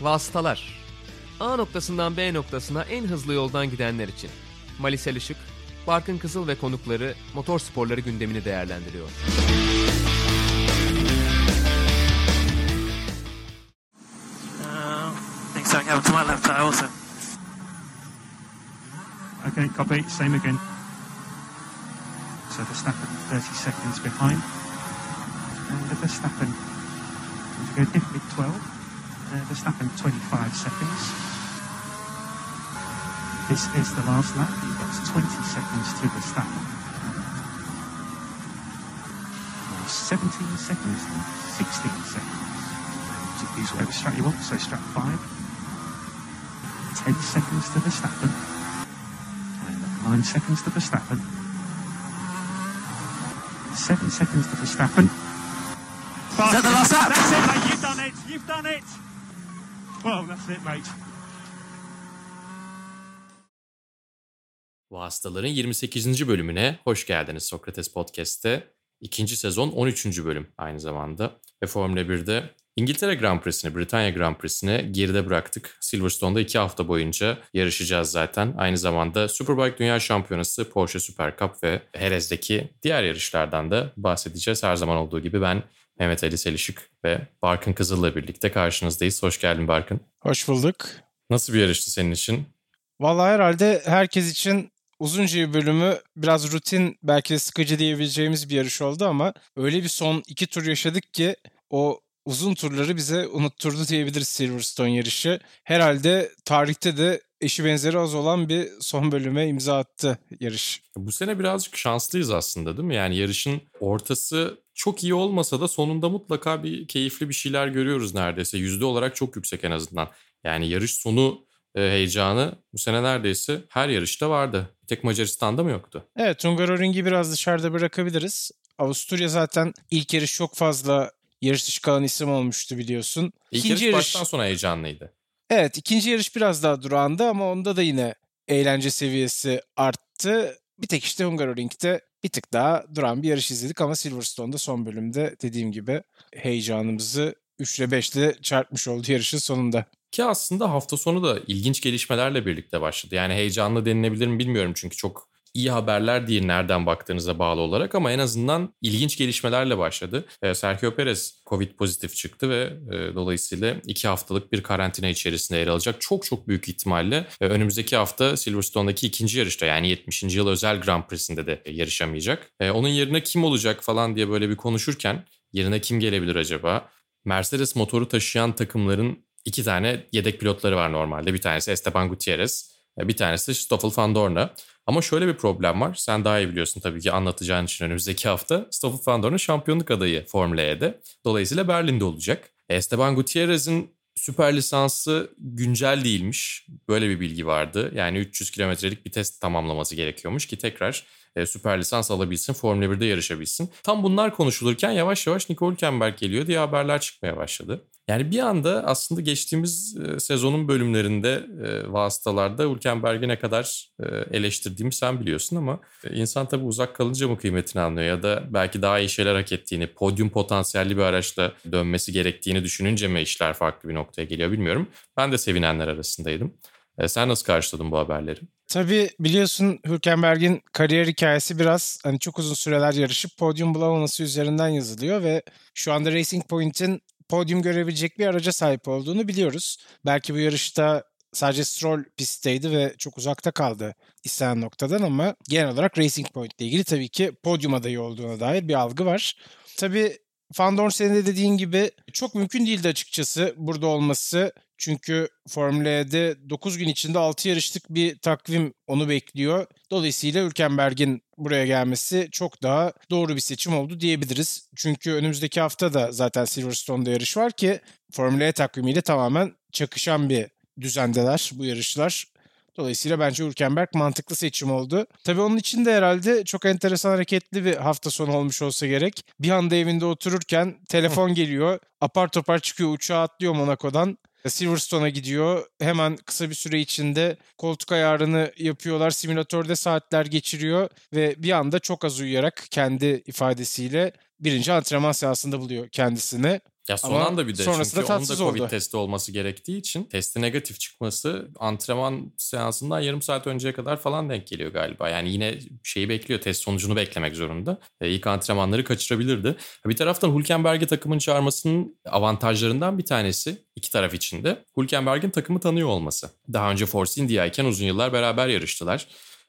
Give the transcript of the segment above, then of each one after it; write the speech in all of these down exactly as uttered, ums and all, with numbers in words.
Vasıtalar. A noktasından B noktasına en hızlı yoldan gidenler için. Malisel Işık, Barkın Kızıl ve konukları motor sporları gündemini değerlendiriyor. So go to my left tire also. Okay, copy. Same again. So Verstappen thirty seconds behind. And Verstappen, to go differently, twelve. Uh, Verstappen twenty-five seconds. This is the last lap. You've got twenty seconds to Verstappen. Now seventeen seconds, sixteen seconds. Use whatever strap you want, so strap five. ten seconds to Verstappen. And nine seconds to Verstappen. seven seconds to Verstappen. Is that the last lap? That's it, mate. You've done it. You've done it. Well, that's it, mate. Vasıtaların yirmi sekizinci bölümüne hoş geldiniz Sokrates Podcast'te. İkinci sezon on üçüncü bölüm aynı zamanda. Ve Formula birde İngiltere Grand Prix'sini, Britanya Grand Prix'sini geride bıraktık. Silverstone'da iki hafta boyunca yarışacağız zaten. Aynı zamanda Superbike Dünya Şampiyonası, Porsche Super Cup ve Jerez'deki diğer yarışlardan da bahsedeceğiz. Her zaman olduğu gibi ben Mehmet Ali Selişik ve Barkın Kızıl'la birlikte karşınızdayız. Hoş geldin Barkın. Hoş bulduk. Nasıl bir yarıştı senin için? Vallahi herhalde herkes için uzunca bir bölümü biraz rutin, belki de sıkıcı diyebileceğimiz bir yarış oldu ama öyle bir son iki tur yaşadık ki o uzun turları bize unutturdu diyebiliriz Silverstone yarışı. Herhalde tarihte de eşi benzeri az olan bir son bölüme imza attı yarış. Bu sene birazcık şanslıyız aslında değil mi? Yani yarışın ortası çok iyi olmasa da sonunda mutlaka bir keyifli bir şeyler görüyoruz neredeyse. Yüzde olarak çok yüksek en azından. Yani yarış sonu heyecanı bu sene neredeyse her yarışta vardı. Bir tek Macaristan'da mı yoktu? Evet, Hungaroring'i biraz dışarıda bırakabiliriz. Avusturya zaten ilk yarış çok fazla yarış dışı kalan isim olmuştu biliyorsun. İlk yarış, yarış baştan sona heyecanlıydı. Evet, ikinci yarış biraz daha durağandı ama onda da yine eğlence seviyesi arttı. Bir tek işte Hungaroring'de bir tık daha duran bir yarış izledik ama Silverstone'da son bölümde dediğim gibi heyecanımızı üç ile beş ile çarpmış oldu yarışın sonunda. Ki aslında hafta sonu da ilginç gelişmelerle birlikte başladı. Yani heyecanlı denilebilir mi bilmiyorum çünkü çok iyi haberler değil nereden baktığınıza bağlı olarak ama en azından ilginç gelişmelerle başladı. Sergio Perez Covid pozitif çıktı ve e, dolayısıyla iki haftalık bir karantina içerisinde yer alacak. Çok çok büyük ihtimalle e, önümüzdeki hafta Silverstone'daki ikinci yarışta yani yetmişinci yıl özel Grand Prix'sinde de yarışamayacak. E, onun yerine kim olacak falan diye böyle bir konuşurken yerine kim gelebilir acaba? Mercedes motoru taşıyan takımların iki tane yedek pilotları var normalde. Bir tanesi Esteban Gutierrez, bir tanesi Stoffel Van Dorn'a. Ama şöyle bir problem var. Sen daha iyi biliyorsun tabii ki anlatacağın için önümüzdeki hafta. Stoffel Van Dorn'un şampiyonluk adayı Formula E'de. Dolayısıyla Berlin'de olacak. Esteban Gutierrez'in süper lisansı güncel değilmiş. Böyle bir bilgi vardı. Yani üç yüz kilometrelik bir test tamamlaması gerekiyormuş ki tekrar e, süper lisans alabilsin, Formula birde yarışabilsin. Tam bunlar konuşulurken yavaş yavaş Nico Hülkenberg geliyor diye haberler çıkmaya başladı. Yani bir anda aslında geçtiğimiz e, sezonun bölümlerinde e, vasıtalarda Hülkenberg'i ne kadar e, eleştirdiğimi sen biliyorsun ama e, insan tabii uzak kalınca mı kıymetini anlıyor ya da belki daha iyi şeyler hak ettiğini, podyum potansiyelli bir araçla dönmesi gerektiğini düşününce mi işler farklı bir noktaya geliyor bilmiyorum. Ben de sevinenler arasındaydım. E, sen nasıl karşıladın bu haberleri? Tabii biliyorsun Hülkenberg'in kariyer hikayesi biraz hani çok uzun süreler yarışıp podyum bulamaması üzerinden yazılıyor ve şu anda Racing Point'in podyum görebilecek bir araca sahip olduğunu biliyoruz. Belki bu yarışta sadece Stroll pistteydi ve çok uzakta kaldı istenen noktadan ama genel olarak Racing Point ile ilgili tabii ki podyum adayı olduğuna dair bir algı var. Tabii Van Dorn senin de dediğin gibi çok mümkün değildi açıkçası burada olması. Çünkü Formula E'de dokuz gün içinde altı yarışlık bir takvim onu bekliyor. Dolayısıyla Hülkenberg'in buraya gelmesi çok daha doğru bir seçim oldu diyebiliriz. Çünkü önümüzdeki hafta da zaten Silverstone'da yarış var ki Formula E takvimiyle tamamen çakışan bir düzendeler bu yarışlar. Dolayısıyla bence Hülkenberg mantıklı seçim oldu. Tabii onun için de herhalde çok enteresan hareketli bir hafta sonu olmuş olsa gerek. Bir anda evinde otururken telefon geliyor. Apar topar çıkıyor, uçağa atlıyor Monaco'dan. Silverstone'a gidiyor. Hemen kısa bir süre içinde koltuk ayarını yapıyorlar. Simülatörde saatler geçiriyor ve bir anda çok az uyuyarak kendi ifadesiyle birinci antrenman seansında buluyor kendisini. Ya son Ama anda bir de sonrası çünkü da onun da tatsız Covid oldu. testi olması gerektiği için testi negatif çıkması antrenman seansından yarım saat önceye kadar falan denk geliyor galiba. Yani yine şeyi bekliyor, test sonucunu beklemek zorunda. E, ilk antrenmanları kaçırabilirdi. Bir taraftan Hülkenberg'i takımın çağırmasının avantajlarından bir tanesi iki taraf için de Hülkenberg'in takımı tanıyor olması. Daha önce Force India iken uzun yıllar beraber yarıştılar.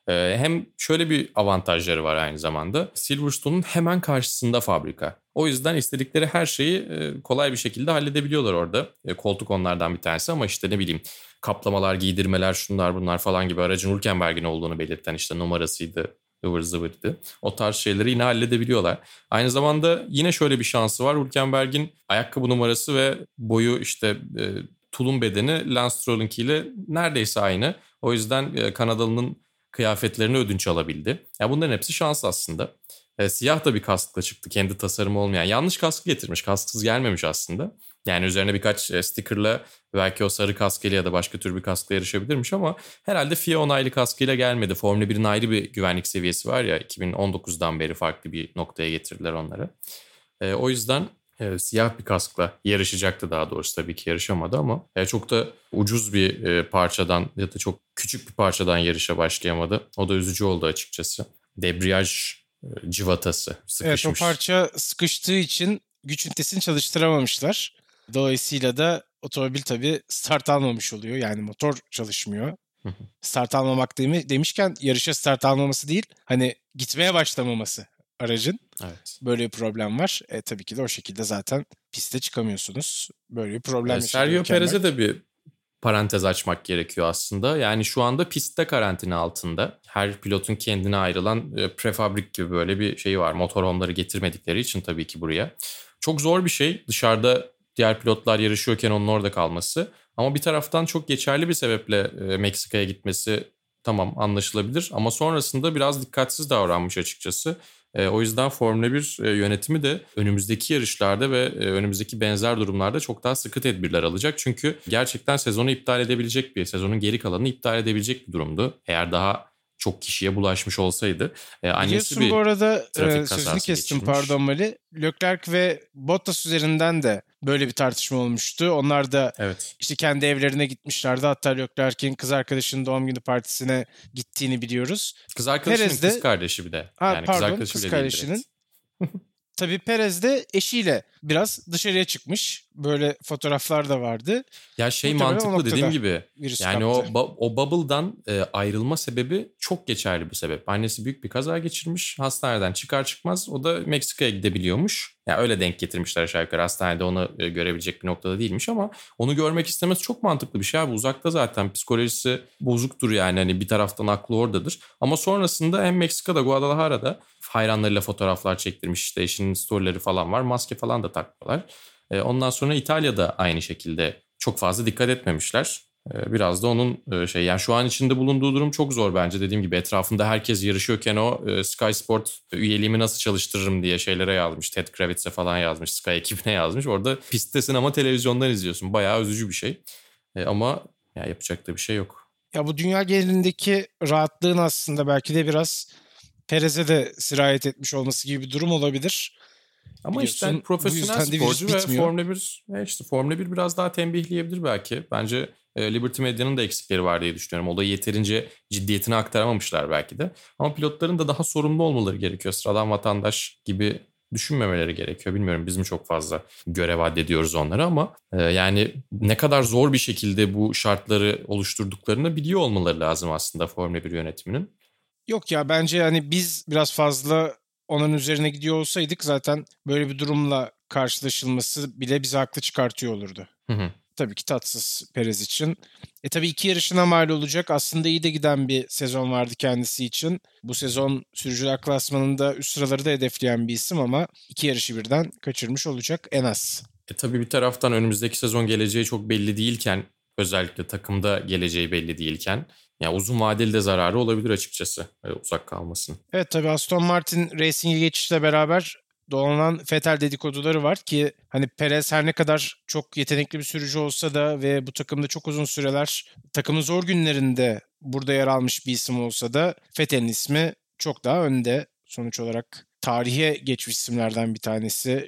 Hem şöyle bir avantajları var aynı zamanda. Silverstone'un hemen karşısında fabrika. O yüzden istedikleri her şeyi kolay bir şekilde halledebiliyorlar orada. Koltuk onlardan bir tanesi ama işte ne bileyim kaplamalar, giydirmeler, şunlar bunlar falan gibi aracın Hülkenberg'in olduğunu belirten işte numarasıydı, ıvır zıvırdı. O tarz şeyleri yine halledebiliyorlar. Aynı zamanda yine şöyle bir şansı var. Hülkenberg'in ayakkabı numarası ve boyu işte e, tulum bedeni Lance Stroll'unkiyle neredeyse aynı. O yüzden e, Kanadalı'nın kıyafetlerini ödünç alabildi. Ya bunların hepsi şans aslında. E, siyah da bir kaskla çıktı. Kendi tasarımı olmayan. Yanlış kaskı getirmiş. Kasksız gelmemiş aslında. Yani üzerine birkaç e, stickerla belki o sarı kaskıyla ya da başka tür bir kaskla yarışabilirmiş ama herhalde F I A onaylı kaskıyla gelmedi. Formula birin ayrı bir güvenlik seviyesi var ya. iki bin on dokuzdan beri farklı bir noktaya getirdiler onları. E, o yüzden e, siyah bir kaskla yarışacaktı daha doğrusu. Tabii ki yarışamadı ama e, çok da ucuz bir e, parçadan ya da çok küçük bir parçadan yarışa başlayamadı. O da üzücü oldu açıkçası. Debriyaj e, civatası sıkışmış. Evet, o parça sıkıştığı için güç ünitesini çalıştıramamışlar. Dolayısıyla da otomobil tabii start almamış oluyor. Yani motor çalışmıyor. Start almamak demi- demişken yarışa start almaması değil, hani gitmeye başlamaması aracın. Evet. Böyle bir problem var. E, tabii ki de o şekilde zaten piste çıkamıyorsunuz. Böyle bir problem E, Sergio Perez'e de bir parantez açmak gerekiyor aslında. Yani şu anda pistte karantina altında. Her pilotun kendine ayrılan e, prefabrik gibi böyle bir şey var. Motorhome'ları getirmedikleri için tabii ki buraya. Çok zor bir şey dışarıda diğer pilotlar yarışıyorken onun orada kalması. Ama bir taraftan çok geçerli bir sebeple e, Meksika'ya gitmesi tamam anlaşılabilir. Ama sonrasında biraz dikkatsiz davranmış açıkçası. E, o yüzden Formula bir e, yönetimi de önümüzdeki yarışlarda ve e, önümüzdeki benzer durumlarda çok daha sıkı tedbirler alacak. Çünkü gerçekten sezonu iptal edebilecek bir, sezonun geri kalanını iptal edebilecek bir durumdu. Eğer daha çok kişiye bulaşmış olsaydı. E, annesi Biliyorsun bir bu arada trafik e, kazası sözünü kestim geçirmiş. pardon Mali. Leclerc ve Bottas üzerinden de böyle bir tartışma olmuştu. Onlar da Evet. işte kendi evlerine gitmişlerdi. Hatta Leclerc'in kız arkadaşının doğum günü partisine gittiğini biliyoruz. Kız arkadaşının Perez de- kız kardeşi bir de. Ha, Yani pardon, kız arkadaşı kız bile değil kardeşinin. direkt. Tabii Perez de eşiyle biraz dışarıya çıkmış. Böyle fotoğraflar da vardı. Ya şey Muhtemelen o mantıklı dediğim noktada gibi. virüs Yani kaptı. o ba- o bubble'dan e, ayrılma sebebi çok geçerli bir sebep. Annesi büyük bir kaza geçirmiş. Hastaneden çıkar çıkmaz o da Meksika'ya gidebiliyormuş. Ya öyle denk getirmişler aşağı yukarı. Hastanede onu e, görebilecek bir noktada değilmiş ama onu görmek istemesi çok mantıklı bir şey abi. Uzakta zaten psikolojisi bozuktur yani. Hani bir taraftan aklı oradadır. Ama sonrasında hem Meksika'da, Guadalajara'da hayranlarıyla fotoğraflar çektirmiş. İşte eşinin storyleri falan var. Maske falan da takmıyorlar. E, ondan sonra İtalya'da aynı şekilde çok fazla dikkat etmemişler. E, biraz da onun e, şey yani şu an içinde bulunduğu durum çok zor bence. Dediğim gibi etrafında herkes yarışıyorken o e, Sky Sport üyeliğimi nasıl çalıştırırım diye şeylere yazmış. Ted Kravitz'e falan yazmış. Sky ekibine yazmış. Orada pisttesin ama televizyondan izliyorsun. Bayağı üzücü bir şey. E, ama ya yapacak da bir şey yok. Ya bu dünya genelindeki rahatlığın aslında belki de biraz Perez'e de sirayet etmiş olması gibi bir durum olabilir. Ama işte Biliyorsun, bu profesyonel yüzden de virüs sporcu ve bitmiyor. Formula bir, e işte Formula bir biraz daha tembihleyebilir belki. Bence e, Liberty Media'nın da eksikleri var diye düşünüyorum. Olayı yeterince ciddiyetine aktaramamışlar belki de. Ama pilotların da daha sorumlu olmaları gerekiyor. Sıradan vatandaş gibi düşünmemeleri gerekiyor. Bilmiyorum biz mi çok fazla görev addediyoruz onlara ama e, yani ne kadar zor bir şekilde bu şartları oluşturduklarını biliyor olmaları lazım aslında Formula bir yönetiminin. Yok ya, bence yani biz biraz fazla onun üzerine gidiyor olsaydık zaten böyle bir durumla karşılaşılması bile bizi haklı çıkartıyor olurdu. Hı hı. Tabii ki tatsız Perez için. E tabii iki yarışına mal olacak. Aslında iyi de giden bir sezon vardı kendisi için. Bu sezon sürücüler klasmanında üst sıraları da hedefleyen bir isim ama iki yarışı birden kaçırmış olacak en az. E tabii bir taraftan önümüzdeki sezon geleceği çok belli değilken, özellikle takımda geleceği belli değilken ya uzun vadeli de zararı olabilir açıkçası e, uzak kalmasın. Evet tabii Aston Martin Racing'e geçişle beraber dolanan Vettel dedikoduları var ki hani Perez her ne kadar çok yetenekli bir sürücü olsa da ve bu takımda çok uzun süreler takımın zor günlerinde burada yer almış bir isim olsa da Vettel'in ismi çok daha önde. Sonuç olarak tarihe geçmiş isimlerden bir tanesi.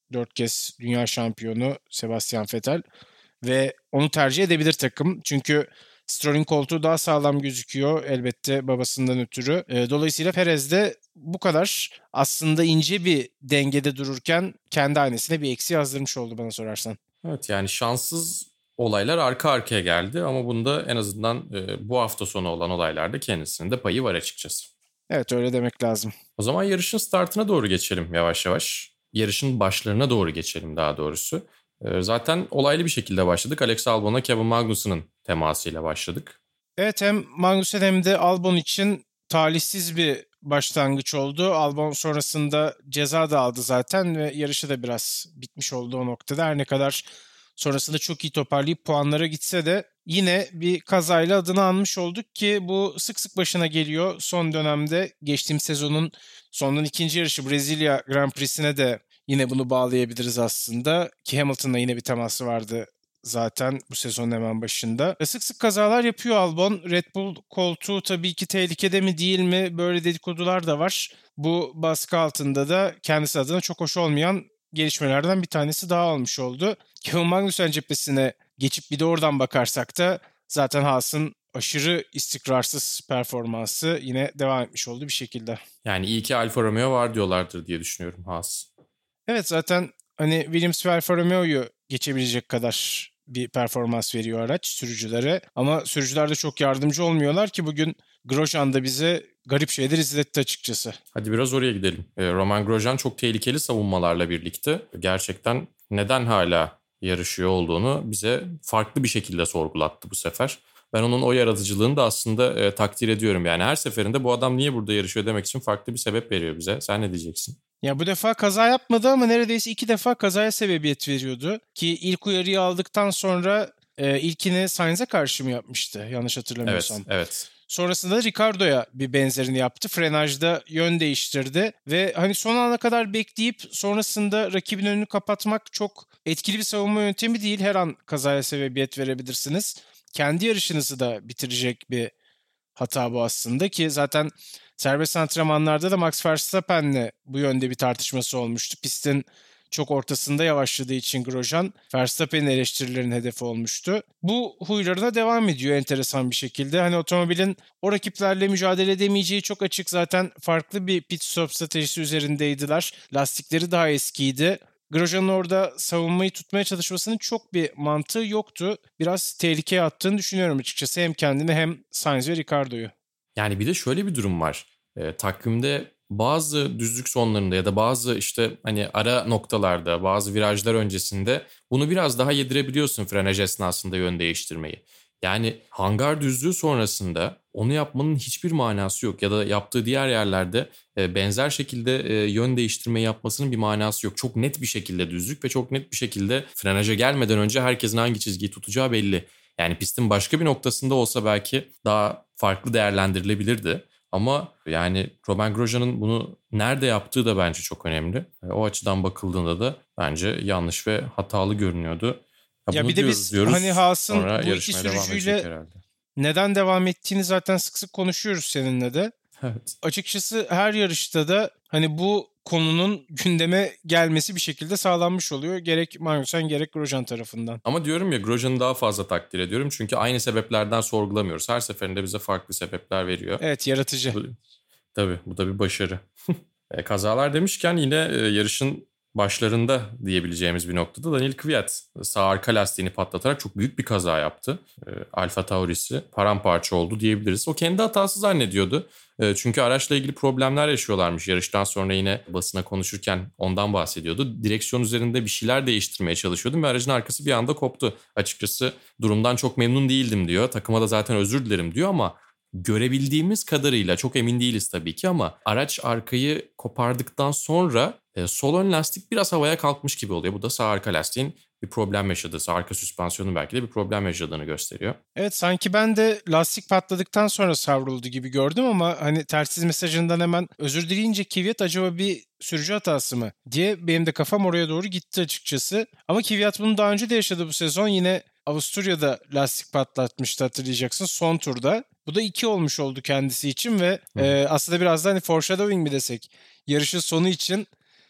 Dört kez dünya şampiyonu Sebastian Vettel ve onu tercih edebilir takım. Çünkü Stroll'ün koltuğu daha sağlam gözüküyor elbette babasından ötürü. E, dolayısıyla Perez de bu kadar aslında ince bir dengede dururken kendi hanesine bir eksi yazdırmış oldu bana sorarsan. Evet, yani şanssız olaylar arka arkaya geldi ama bunda en azından e, bu hafta sonu olan olaylarda kendisinin de payı var açıkçası. Evet, öyle demek lazım. O zaman yarışın startına doğru geçelim yavaş yavaş. Yarışın başlarına doğru geçelim daha doğrusu. E, zaten olaylı bir şekilde başladık. Alex Albon'a Kevin Magnussen'ın temasıyla başladık. Evet, hem Magnussen hem de Albon için talihsiz bir başlangıç oldu. Albon sonrasında ceza da aldı zaten ve yarışı da biraz bitmiş oldu o noktada. Her ne kadar sonrasında çok iyi toparlayıp puanlara gitse de yine bir kazayla adını anmış olduk ki bu sık sık başına geliyor. Son dönemde geçtiğim sezonun sonunun ikinci yarışı Brezilya Grand Prix'sine de yine bunu bağlayabiliriz aslında. Ki Hamilton'la yine bir teması vardı zaten bu sezonun hemen başında. E sık sık kazalar yapıyor Albon. Red Bull koltuğu tabii ki tehlikede mi değil mi? Böyle dedikodular da var. Bu baskı altında da kendisi adına çok hoş olmayan gelişmelerden bir tanesi daha olmuş oldu. Kevin Magnussen cephesine geçip bir de oradan bakarsak da zaten Haas'ın aşırı istikrarsız performansı yine devam etmiş oldu bir şekilde. Yani iyi ki Alfa Romeo var diyorlardır diye düşünüyorum Haas. Evet, zaten hani Williams ve Alfa Romeo'yu geçebilecek kadar bir performans veriyor araç sürücülere. Ama sürücüler de çok yardımcı olmuyorlar ki bugün Grosjean da bize garip şeyler izletti açıkçası. Hadi biraz oraya gidelim. Romain Grosjean çok tehlikeli savunmalarla birlikte gerçekten neden hala yarışıyor olduğunu bize farklı bir şekilde sorgulattı bu sefer. Ben onun o yaratıcılığını da aslında e, takdir ediyorum. Yani her seferinde bu adam niye burada yarışıyor demek için farklı bir sebep veriyor bize. Sen ne diyeceksin? Ya bu defa kaza yapmadı ama neredeyse iki defa kazaya sebebiyet veriyordu. Ki ilk uyarıyı aldıktan sonra e, ilkini Sainz'e karşı mı yapmıştı yanlış hatırlamıyorsam. Evet, evet. Sonrasında da Ricardo'ya bir benzerini yaptı. Frenajda yön değiştirdi ve hani son ana kadar bekleyip sonrasında rakibin önünü kapatmak çok etkili bir savunma yöntemi değil. Her an kazaya sebebiyet verebilirsiniz. Kendi yarışınızı da bitirecek bir hata bu aslında ki zaten serbest antrenmanlarda da Max Verstappen'le bu yönde bir tartışması olmuştu. Pistin çok ortasında yavaşladığı için Grosjean Verstappen'in eleştirilerin hedefi olmuştu. Bu huylarına devam ediyor enteresan bir şekilde. Hani otomobilin o rakiplerle mücadele edemeyeceği çok açık, zaten farklı bir pit stop stratejisi üzerindeydiler. Lastikleri daha eskiydi. Grosjean'ın orada savunmayı tutmaya çalışmasının çok bir mantığı yoktu. Biraz tehlikeye attığını düşünüyorum açıkçası. Hem kendini hem Sainz ve Ricardo'yu. Yani bir de şöyle bir durum var. E, takvimde bazı düzlük sonlarında ya da bazı işte hani ara noktalarda, bazı virajlar öncesinde bunu biraz daha yedirebiliyorsun frenaj esnasında yön değiştirmeyi. Yani hangar düzlüğü sonrasında onu yapmanın hiçbir manası yok ya da yaptığı diğer yerlerde e, benzer şekilde e, yön değiştirmeyi yapmasının bir manası yok. Çok net bir şekilde düzlük ve çok net bir şekilde frenaja gelmeden önce herkesin hangi çizgiyi tutacağı belli. Yani pistin başka bir noktasında olsa belki daha farklı değerlendirilebilirdi. Ama yani Romain Grosjean'ın bunu nerede yaptığı da bence çok önemli. O açıdan bakıldığında da bence yanlış ve hatalı görünüyordu. Ya, ya bir de biz diyoruz, hani Haas'ın bu iki sürücüyle neden devam ettiğini zaten sık sık konuşuyoruz seninle de. Evet. Açıkçası her yarışta da hani bu konunun gündeme gelmesi bir şekilde sağlanmış oluyor. Gerek Magnussen gerek Grosjean tarafından. Ama diyorum ya, Grosjean'ı daha fazla takdir ediyorum. Çünkü aynı sebeplerden sorgulamıyoruz. Her seferinde bize farklı sebepler veriyor. Evet, yaratıcı. Bu, tabii bu da bir başarı. e, kazalar demişken yine e, yarışın başlarında diyebileceğimiz bir noktada Daniil Kvyat sağ arka lastiğini patlatarak çok büyük bir kaza yaptı. E, Alfa Tauri'si paramparça oldu diyebiliriz. O kendi hatası zannediyordu. E, çünkü araçla ilgili problemler yaşıyorlarmış. Yarıştan sonra yine basına konuşurken ondan bahsediyordu. Direksiyon üzerinde bir şeyler değiştirmeye çalışıyordum ve aracın arkası bir anda koptu. Açıkçası durumdan çok memnun değildim diyor. Takıma da zaten özür dilerim diyor ama görebildiğimiz kadarıyla çok emin değiliz tabii ki ama araç arkayı kopardıktan sonra e, sol ön lastik biraz havaya kalkmış gibi oluyor. Bu da sağ arka lastiğin bir problem yaşadığı, sağ arka süspansiyonun belki de bir problem yaşadığını gösteriyor. Evet, sanki ben de lastik patladıktan sonra savruldu gibi gördüm ama hani telsiz mesajından hemen özür dileyince Kvyat acaba bir sürücü hatası mı diye benim de kafam oraya doğru gitti açıkçası. Ama Kvyat bunu daha önce de yaşadı bu sezon. Yine Avusturya'da lastik patlatmıştı, hatırlayacaksın, son turda. Bu da iki olmuş oldu kendisi için ve e, aslında biraz da hani foreshadowing mi desek, yarışın sonu için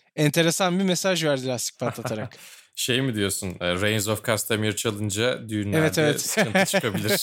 enteresan bir mesaj verdi lastik patlatarak. Şey mi diyorsun? Reigns of Castamere çalınca düğünlerde Evet, evet. sıkıntı çıkabilir.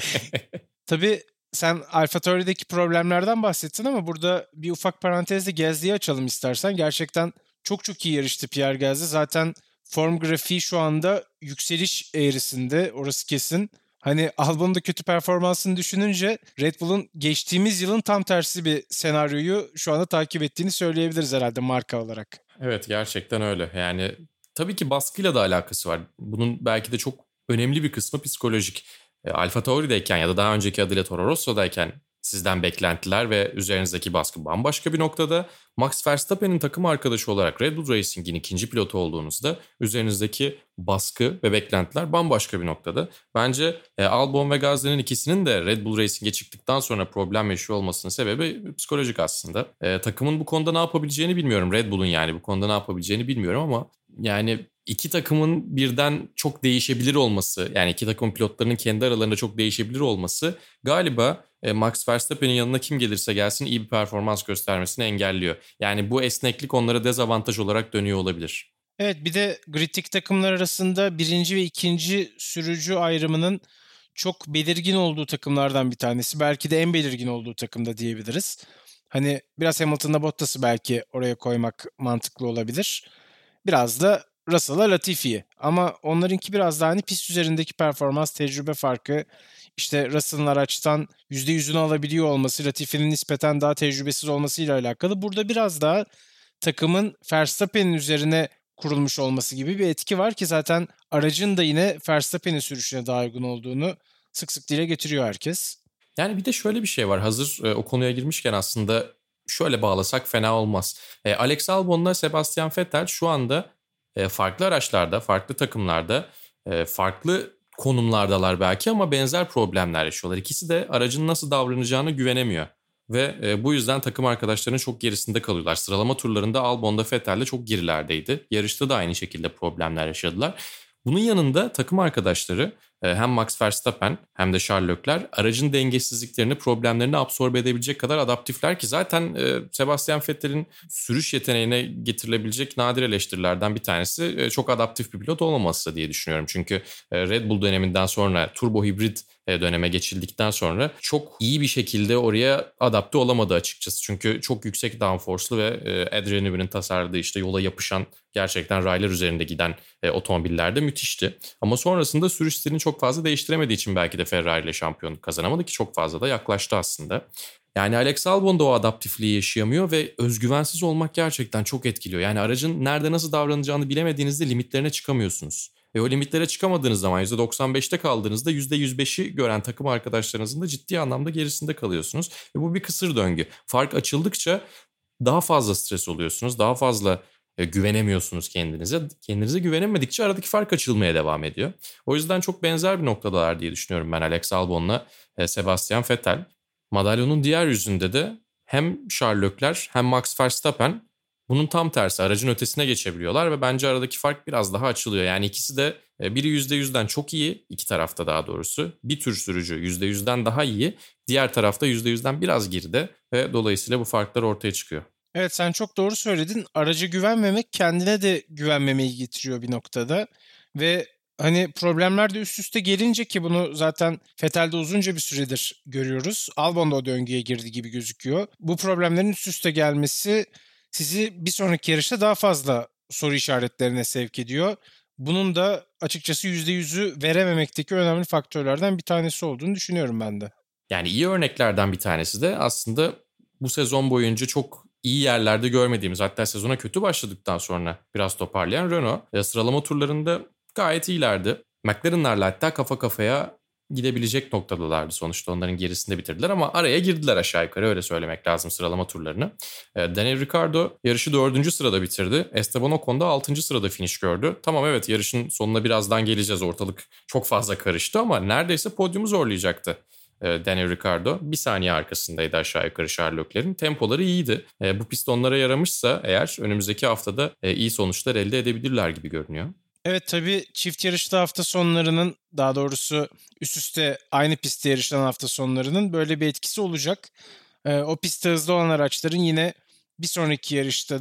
Tabii sen AlphaTauri'deki problemlerden bahsettin ama burada bir ufak parantezle Gasly'yi açalım istersen. Gerçekten çok çok iyi yarıştı Pierre Gasly. Zaten form grafiği şu anda yükseliş eğrisinde, orası kesin. Hani Albon'un da kötü performansını düşününce Red Bull'un geçtiğimiz yılın tam tersi bir senaryoyu şu anda takip ettiğini söyleyebiliriz herhalde marka olarak. Evet, gerçekten öyle. Yani tabii ki baskıyla da alakası var. Bunun belki de çok önemli bir kısmı psikolojik. E, AlphaTauri'deyken ya da daha önceki adıyla Toro Rosso'dayken sizden beklentiler ve üzerinizdeki baskı bambaşka bir noktada. Max Verstappen'in takım arkadaşı olarak Red Bull Racing'in ikinci pilotu olduğunuzda üzerinizdeki baskı ve beklentiler bambaşka bir noktada. Bence e, Albon ve Gasly'nin ikisinin de Red Bull Racing'e çıktıktan sonra problem yaşıyor olmasının sebebi psikolojik aslında. E, takımın bu konuda ne yapabileceğini bilmiyorum. Red Bull'un yani bu konuda ne yapabileceğini bilmiyorum ama yani iki takımın birden çok değişebilir olması, yani iki takımın pilotlarının kendi aralarında çok değişebilir olması galiba e, Max Verstappen'in yanına kim gelirse gelsin iyi bir performans göstermesini engelliyor. Yani bu esneklik onlara dezavantaj olarak dönüyor olabilir. Evet, bir de grid'deki takımlar arasında birinci ve ikinci sürücü ayrımının çok belirgin olduğu takımlardan bir tanesi. Belki de en belirgin olduğu takımda diyebiliriz. Hani biraz Hamilton'la Bottas'ı belki oraya koymak mantıklı olabilir. Biraz da Russell'la Latifi'yi. Ama onlarınki biraz daha hani pist üzerindeki performans, tecrübe farkı. İşte Russell'ın araçtan yüzde yüzünü alabiliyor olması, Latifi'nin nispeten daha tecrübesiz olmasıyla alakalı. Burada biraz daha takımın Verstappen'in üzerine kurulmuş olması gibi bir etki var ki zaten aracın da yine Verstappen'in sürüşüne daha uygun olduğunu sık sık dile getiriyor herkes. Yani bir de şöyle bir şey var. Hazır e, o konuya girmişken aslında şöyle bağlasak fena olmaz. E, Alex Albon'la Sebastian Vettel şu anda e, farklı araçlarda, farklı takımlarda, e, farklı konumlardalar belki ama benzer problemler yaşıyorlar. İkisi de aracın nasıl davranacağını güvenemiyor. Ve e, bu yüzden takım arkadaşlarının çok gerisinde kalıyorlar. Sıralama turlarında Albon'da Vettel'le çok gerilerdeydi. Yarışta da aynı şekilde problemler yaşadılar. Bunun yanında takım arkadaşları hem Max Verstappen hem de Charles Leclerc aracın dengesizliklerini, problemlerini absorbe edebilecek kadar adaptifler ki zaten Sebastian Vettel'in sürüş yeteneğine getirilebilecek nadir eleştirilerden bir tanesi çok adaptif bir pilot olmaması diye düşünüyorum. Çünkü Red Bull döneminden sonra turbo hibrit döneme geçildikten sonra çok iyi bir şekilde oraya adapte olamadı açıkçası. Çünkü çok yüksek downforce'lu ve Adrian Newey'nin tasarladığı işte yola yapışan gerçekten raylar üzerinde giden otomobiller de müthişti. Ama sonrasında sürüş stilini çok fazla değiştiremediği için belki de Ferrari ile şampiyonluk kazanamadı ki çok fazla da yaklaştı aslında. Yani Alex Albon da o adaptifliği yaşayamıyor ve özgüvensiz olmak gerçekten çok etkiliyor. Yani aracın nerede nasıl davranacağını bilemediğinizde limitlerine çıkamıyorsunuz. Ve o limitlere çıkamadığınız zaman yüzde doksan beşte kaldığınızda yüzde yüz beşi gören takım arkadaşlarınızın da ciddi anlamda gerisinde kalıyorsunuz. Ve bu bir kısır döngü. Fark açıldıkça daha fazla stres oluyorsunuz, daha fazla e, güvenemiyorsunuz kendinize. Kendinize güvenemedikçe aradaki fark açılmaya devam ediyor. O yüzden çok benzer bir noktadalar diye düşünüyorum ben Alex Albon'la e, Sebastian Vettel. Madalyonun diğer yüzünde de hem Charles Leclerc hem Max Verstappen bunun tam tersi aracın ötesine geçebiliyorlar ve bence aradaki fark biraz daha açılıyor. Yani ikisi de biri yüzde yüzden çok iyi, iki tarafta daha doğrusu. Bir tür sürücü yüzde yüzden daha iyi, diğer tarafta yüzde yüzden biraz geride ve dolayısıyla bu farklar ortaya çıkıyor. Evet, sen çok doğru söyledin. Araca güvenmemek kendine de güvenmemeyi getiriyor bir noktada. Ve hani problemler de üst üste gelince ki bunu zaten Vettel'de uzunca bir süredir görüyoruz. Albon da o döngüye girdi gibi gözüküyor. Bu problemlerin üst üste gelmesi sizi bir sonraki yarışta daha fazla soru işaretlerine sevk ediyor. Bunun da açıkçası yüzde yüzü verememekteki önemli faktörlerden bir tanesi olduğunu düşünüyorum ben de. Yani iyi örneklerden bir tanesi de aslında bu sezon boyunca çok iyi yerlerde görmediğimiz, hatta sezona kötü başladıktan sonra biraz toparlayan Renault. Ya sıralama turlarında gayet iyilerdi. McLaren'larla hatta kafa kafaya gidebilecek noktadalardı sonuçta, onların gerisinde bitirdiler ama araya girdiler aşağı yukarı, öyle söylemek lazım sıralama turlarını. Daniel Ricciardo yarışı dördüncü sırada bitirdi. Esteban Ocon da altıncı sırada finish gördü. Tamam, evet, yarışın sonuna birazdan geleceğiz, ortalık çok fazla karıştı ama neredeyse podyumu zorlayacaktı. Daniel Ricciardo bir saniye arkasındaydı aşağı yukarı Charles Leclerc'in. Tempoları iyiydi. Bu pist onlara yaramışsa eğer önümüzdeki haftada iyi sonuçlar elde edebilirler gibi görünüyor. Evet, tabii çift yarışta hafta sonlarının, daha doğrusu üst üste aynı pistte yarışan hafta sonlarının böyle bir etkisi olacak. O pistte hızlı olan araçların yine bir sonraki yarışta da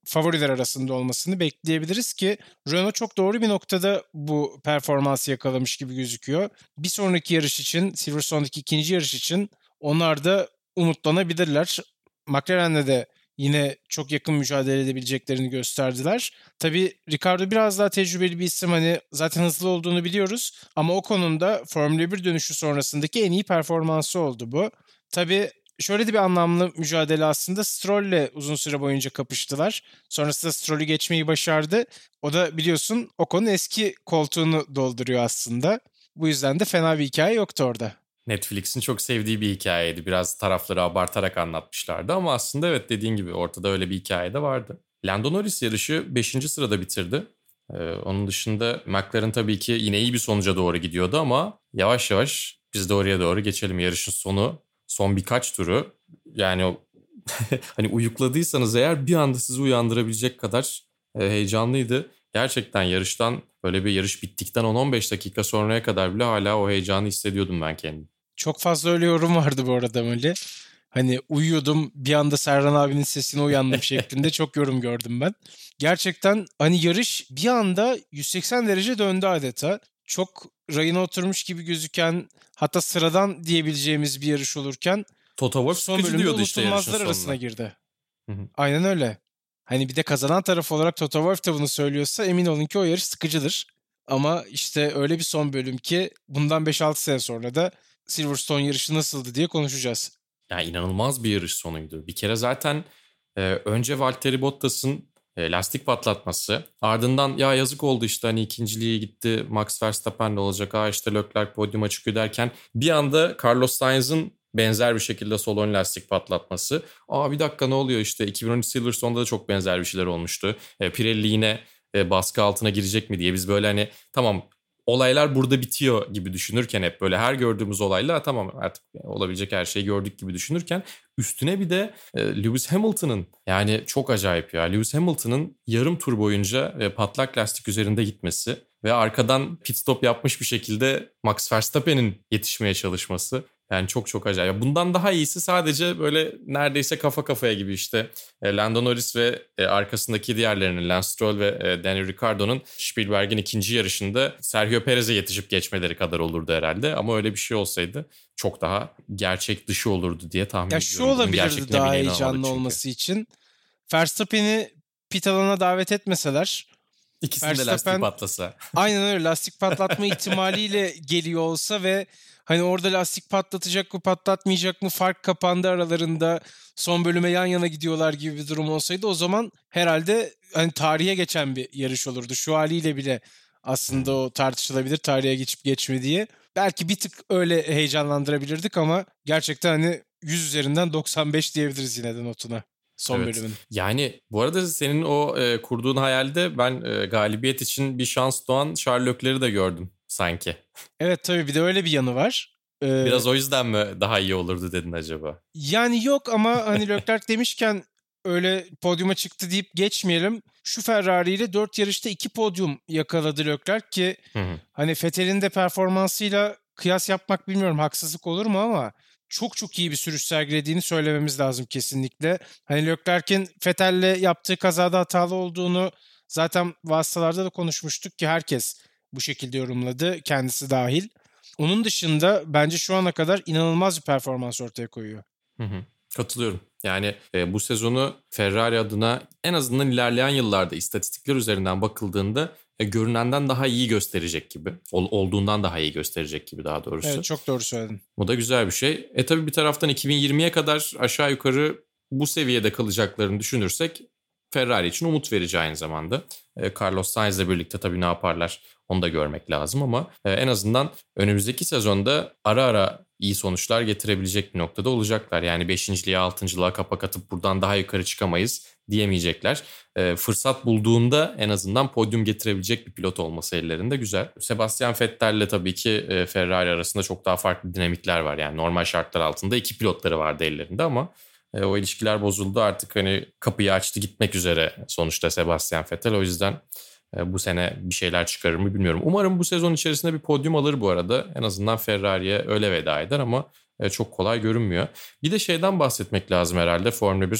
favoriler arasında olmasını bekleyebiliriz ki Renault çok doğru bir noktada bu performansı yakalamış gibi gözüküyor. Bir sonraki yarış için, Silverstone'daki ikinci yarış için onlar da umutlanabilirler. McLaren'le de yine çok yakın mücadele edebileceklerini gösterdiler. Tabii Ricciardo biraz daha tecrübeli bir isim, hani zaten hızlı olduğunu biliyoruz ama o konuda Formula bir dönüşü sonrasındaki en iyi performansı oldu bu. Tabii şöyle de bir anlamlı mücadele aslında. Stroll'le uzun süre boyunca kapıştılar. Sonrasında Stroll'ü geçmeyi başardı. O da biliyorsun Ocon'un eski koltuğunu dolduruyor aslında. Bu yüzden de fena bir hikaye yoktu orada. Netflix'in çok sevdiği bir hikayeydi. Biraz tarafları abartarak anlatmışlardı ama aslında evet, dediğin gibi ortada öyle bir hikaye de vardı. Lando Norris yarışı beşinci sırada bitirdi. Ee, onun dışında McLaren tabii ki yine iyi bir sonuca doğru gidiyordu ama yavaş yavaş biz de oraya doğru geçelim. Yarışın sonu, son birkaç turu, yani o hani uyukladıysanız eğer bir anda sizi uyandırabilecek kadar e, heyecanlıydı. Gerçekten yarıştan, böyle bir yarış bittikten on on beş dakika sonraya kadar bile hala o heyecanı hissediyordum ben kendim. Çok fazla öyle yorum vardı bu arada Mali. Hani uyuyordum, bir anda Serhan abinin sesine uyandım şeklinde çok yorum gördüm ben. Gerçekten hani yarış bir anda yüz seksen derece döndü adeta. Çok rayına oturmuş gibi gözüken, hatta sıradan diyebileceğimiz bir yarış olurken Toto Wolff son sıkıcı bölümde diyordu işte yarışın unutulmazlar sonunda. arasına girdi. Hı hı. Aynen öyle. Hani bir de kazanan taraf olarak Toto Wolff da bunu söylüyorsa emin olun ki o yarış sıkıcıdır. Ama işte öyle bir son bölüm ki bundan beş altı sene sonra da Silverstone yarışı nasıldı diye konuşacağız. Yani inanılmaz bir yarış sonuydu. Bir kere zaten e, önce Valtteri Bottas'ın e, lastik patlatması, ardından ya yazık oldu işte hani ikinciliğe gitti Max Verstappen'le olacak, aa işte Leclerc podyuma çıkıyor derken bir anda Carlos Sainz'ın benzer bir şekilde sol ön lastik patlatması. Aa bir dakika ne oluyor işte, iki bin on üç Silverstone'da da çok benzer bir şeyler olmuştu. E, Pirelli yine e, baskı altına girecek mi diye biz böyle hani tamam olaylar burada bitiyor gibi düşünürken, hep böyle her gördüğümüz olayla tamam artık olabilecek her şeyi gördük gibi düşünürken üstüne bir de e, Lewis Hamilton'ın, yani çok acayip ya, Lewis Hamilton'ın yarım tur boyunca e, patlak lastik üzerinde gitmesi ve arkadan pit stop yapmış bir şekilde Max Verstappen'in yetişmeye çalışması. Yani çok çok acayip. Bundan daha iyisi sadece böyle neredeyse kafa kafaya gibi işte e, Lando Norris ve e, arkasındaki diğerlerinin Lance Stroll ve e, Daniel Ricciardo'nun Spielberg'in ikinci yarışında Sergio Perez'e yetişip geçmeleri kadar olurdu herhalde. Ama öyle bir şey olsaydı çok daha gerçek dışı olurdu diye tahmin Ya ediyorum. şu olabilirdi daha heyecanlı olması için. Verstappen'i pit alanına davet etmeseler. İkisinde de lastik patlasa. Aynen öyle, lastik patlatma ihtimaliyle geliyor olsa ve hani orada lastik patlatacak mı patlatmayacak mı fark kapandı aralarında, son bölüme yan yana gidiyorlar gibi bir durum olsaydı o zaman herhalde hani tarihe geçen bir yarış olurdu. Şu haliyle bile aslında o tartışılabilir, tarihe geçip geçmediği. Belki bir tık öyle heyecanlandırabilirdik ama gerçekten hani yüz üzerinden doksan beş diyebiliriz yine de notuna. Son evet. bölümün. Yani bu arada senin o e, kurduğun hayalde ben e, galibiyet için bir şans doğan Charles Leclerc'i de gördüm sanki. Evet tabii, bir de öyle bir yanı var. Ee, Biraz o yüzden mi daha iyi olurdu dedin acaba? Yani yok ama hani Leclerc demişken öyle podyuma çıktı deyip geçmeyelim. Şu Ferrari ile dört yarışta iki podyum yakaladı Leclerc ki Hı hı. hani Vettel'in de performansıyla kıyas yapmak bilmiyorum haksızlık olur mu ama çok çok iyi bir sürüş sergilediğini söylememiz lazım kesinlikle. Hani Leclerc'in Vettel'le yaptığı kazada hatalı olduğunu zaten vasıtalarda da konuşmuştuk ki herkes bu şekilde yorumladı, kendisi dahil. Onun dışında bence şu ana kadar inanılmaz bir performans ortaya koyuyor. Hı hı. Katılıyorum. Yani e, bu sezonu Ferrari adına en azından ilerleyen yıllarda istatistikler üzerinden bakıldığında e, görünenden daha iyi gösterecek gibi. Ol, olduğundan daha iyi gösterecek gibi daha doğrusu. Evet, çok doğru söyledin. Bu da güzel bir şey. E tabii bir taraftan iki bin yirmiye kadar aşağı yukarı bu seviyede kalacaklarını düşünürsek Ferrari için umut verici aynı zamanda. E, Carlos Sainz'le birlikte tabii ne yaparlar onu da görmek lazım ama e, en azından önümüzdeki sezonda ara ara iyi sonuçlar getirebilecek bir noktada olacaklar. Yani beşinciliğe, altıncılığa kapak atıp buradan daha yukarı çıkamayız diyemeyecekler. E, fırsat bulduğunda en azından podyum getirebilecek bir pilot olması ellerinde güzel. Sebastian Vettel'le tabii ki e, Ferrari arasında çok daha farklı dinamikler var. Yani normal şartlar altında iki pilotları vardı ellerinde ama e, o ilişkiler bozuldu. Artık hani kapıyı açtı gitmek üzere sonuçta Sebastian Vettel. O yüzden bu sene bir şeyler çıkarır mı bilmiyorum. Umarım bu sezon içerisinde bir podyum alır bu arada. En azından Ferrari'ye öyle veda eder ama çok kolay görünmüyor. Bir de şeyden bahsetmek lazım herhalde. Formula bir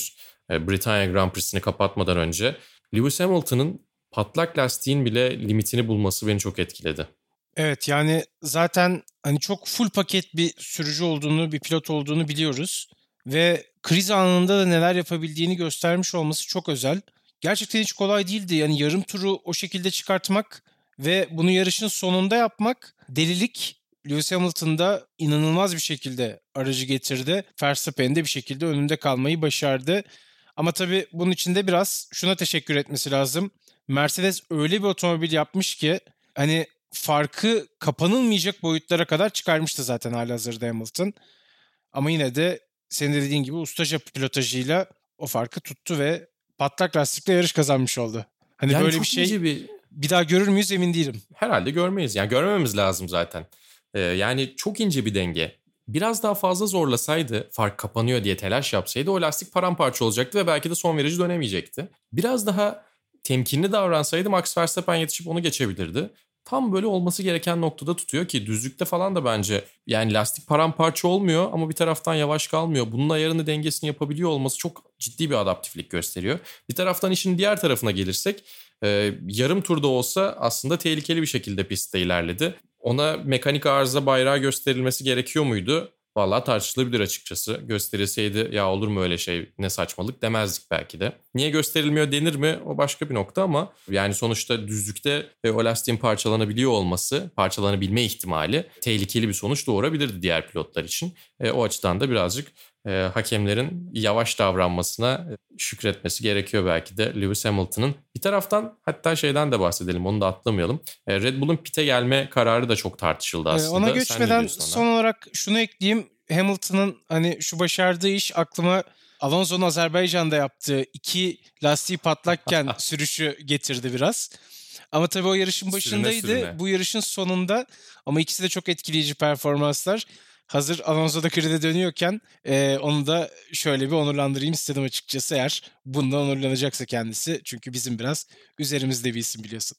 Britanya Grand Prix'sini kapatmadan önce. Lewis Hamilton'ın patlak lastiğin bile limitini bulması beni çok etkiledi. Evet, yani zaten hani çok full paket bir sürücü olduğunu, bir pilot olduğunu biliyoruz. Ve kriz anında da neler yapabildiğini göstermiş olması çok özel. Gerçekten hiç kolay değildi. Yani yarım turu o şekilde çıkartmak ve bunu yarışın sonunda yapmak delilik. Lewis Hamilton da inanılmaz bir şekilde aracı getirdi. Verstappen de bir şekilde önünde kalmayı başardı. Ama tabii bunun için de biraz şuna teşekkür etmesi lazım. Mercedes öyle bir otomobil yapmış ki hani farkı kapanılmayacak boyutlara kadar çıkarmıştı zaten halihazırda Hamilton. Ama yine de senin de dediğin gibi ustaca pilotajıyla o farkı tuttu ve patlak lastikle yarış kazanmış oldu. Hani Yani böyle çok bir şey ince bir... bir daha görür müyüz emin değilim. Herhalde görmeyiz. Yani görmememiz lazım zaten. Ee, yani çok ince bir denge. Biraz daha fazla zorlasaydı, fark kapanıyor diye telaş yapsaydı o lastik paramparça olacaktı ve belki de son virajı dönemeyecekti. Biraz daha temkinli davransaydı Max Verstappen yetişip onu geçebilirdi. Tam böyle olması gereken noktada tutuyor ki düzlükte falan da bence yani lastik paramparça olmuyor ama bir taraftan yavaş kalmıyor. Bunun ayarını dengesini yapabiliyor olması çok ciddi bir adaptiflik gösteriyor. Bir taraftan işin diğer tarafına gelirsek e, yarım turda olsa aslında tehlikeli bir şekilde pistte ilerledi. Ona mekanik arıza bayrağı gösterilmesi gerekiyor muydu? Vallahi tartışılabilir açıkçası. Gösterilseydi ya olur mu öyle şey, ne saçmalık demezdik belki de. Niye gösterilmiyor denir mi? O başka bir nokta ama yani sonuçta düzlükte o lastiğin parçalanabiliyor olması, parçalanabilme ihtimali tehlikeli bir sonuç doğurabilirdi diğer pilotlar için. E, o açıdan da birazcık e, hakemlerin yavaş davranmasına şükretmesi gerekiyor belki de Lewis Hamilton'ın. Bir taraftan hatta şeyden de bahsedelim, onu da atlamayalım. E, Red Bull'un pite gelme kararı da çok tartışıldı aslında. Ona geçmeden son olarak şunu ekleyeyim. Hamilton'ın hani şu başardığı iş aklıma Alonso'nun Azerbaycan'da yaptığı iki lastiği patlakken sürüşü getirdi biraz. Ama tabii o yarışın başındaydı. Sürüne sürüne. Bu yarışın sonunda ama ikisi de çok etkileyici performanslar. Hazır Alonso da grid'e dönüyorken e, onu da şöyle bir onurlandırayım istedim açıkçası, eğer bundan onurlanacaksa kendisi. Çünkü bizim biraz üzerimizde bir isim biliyorsun.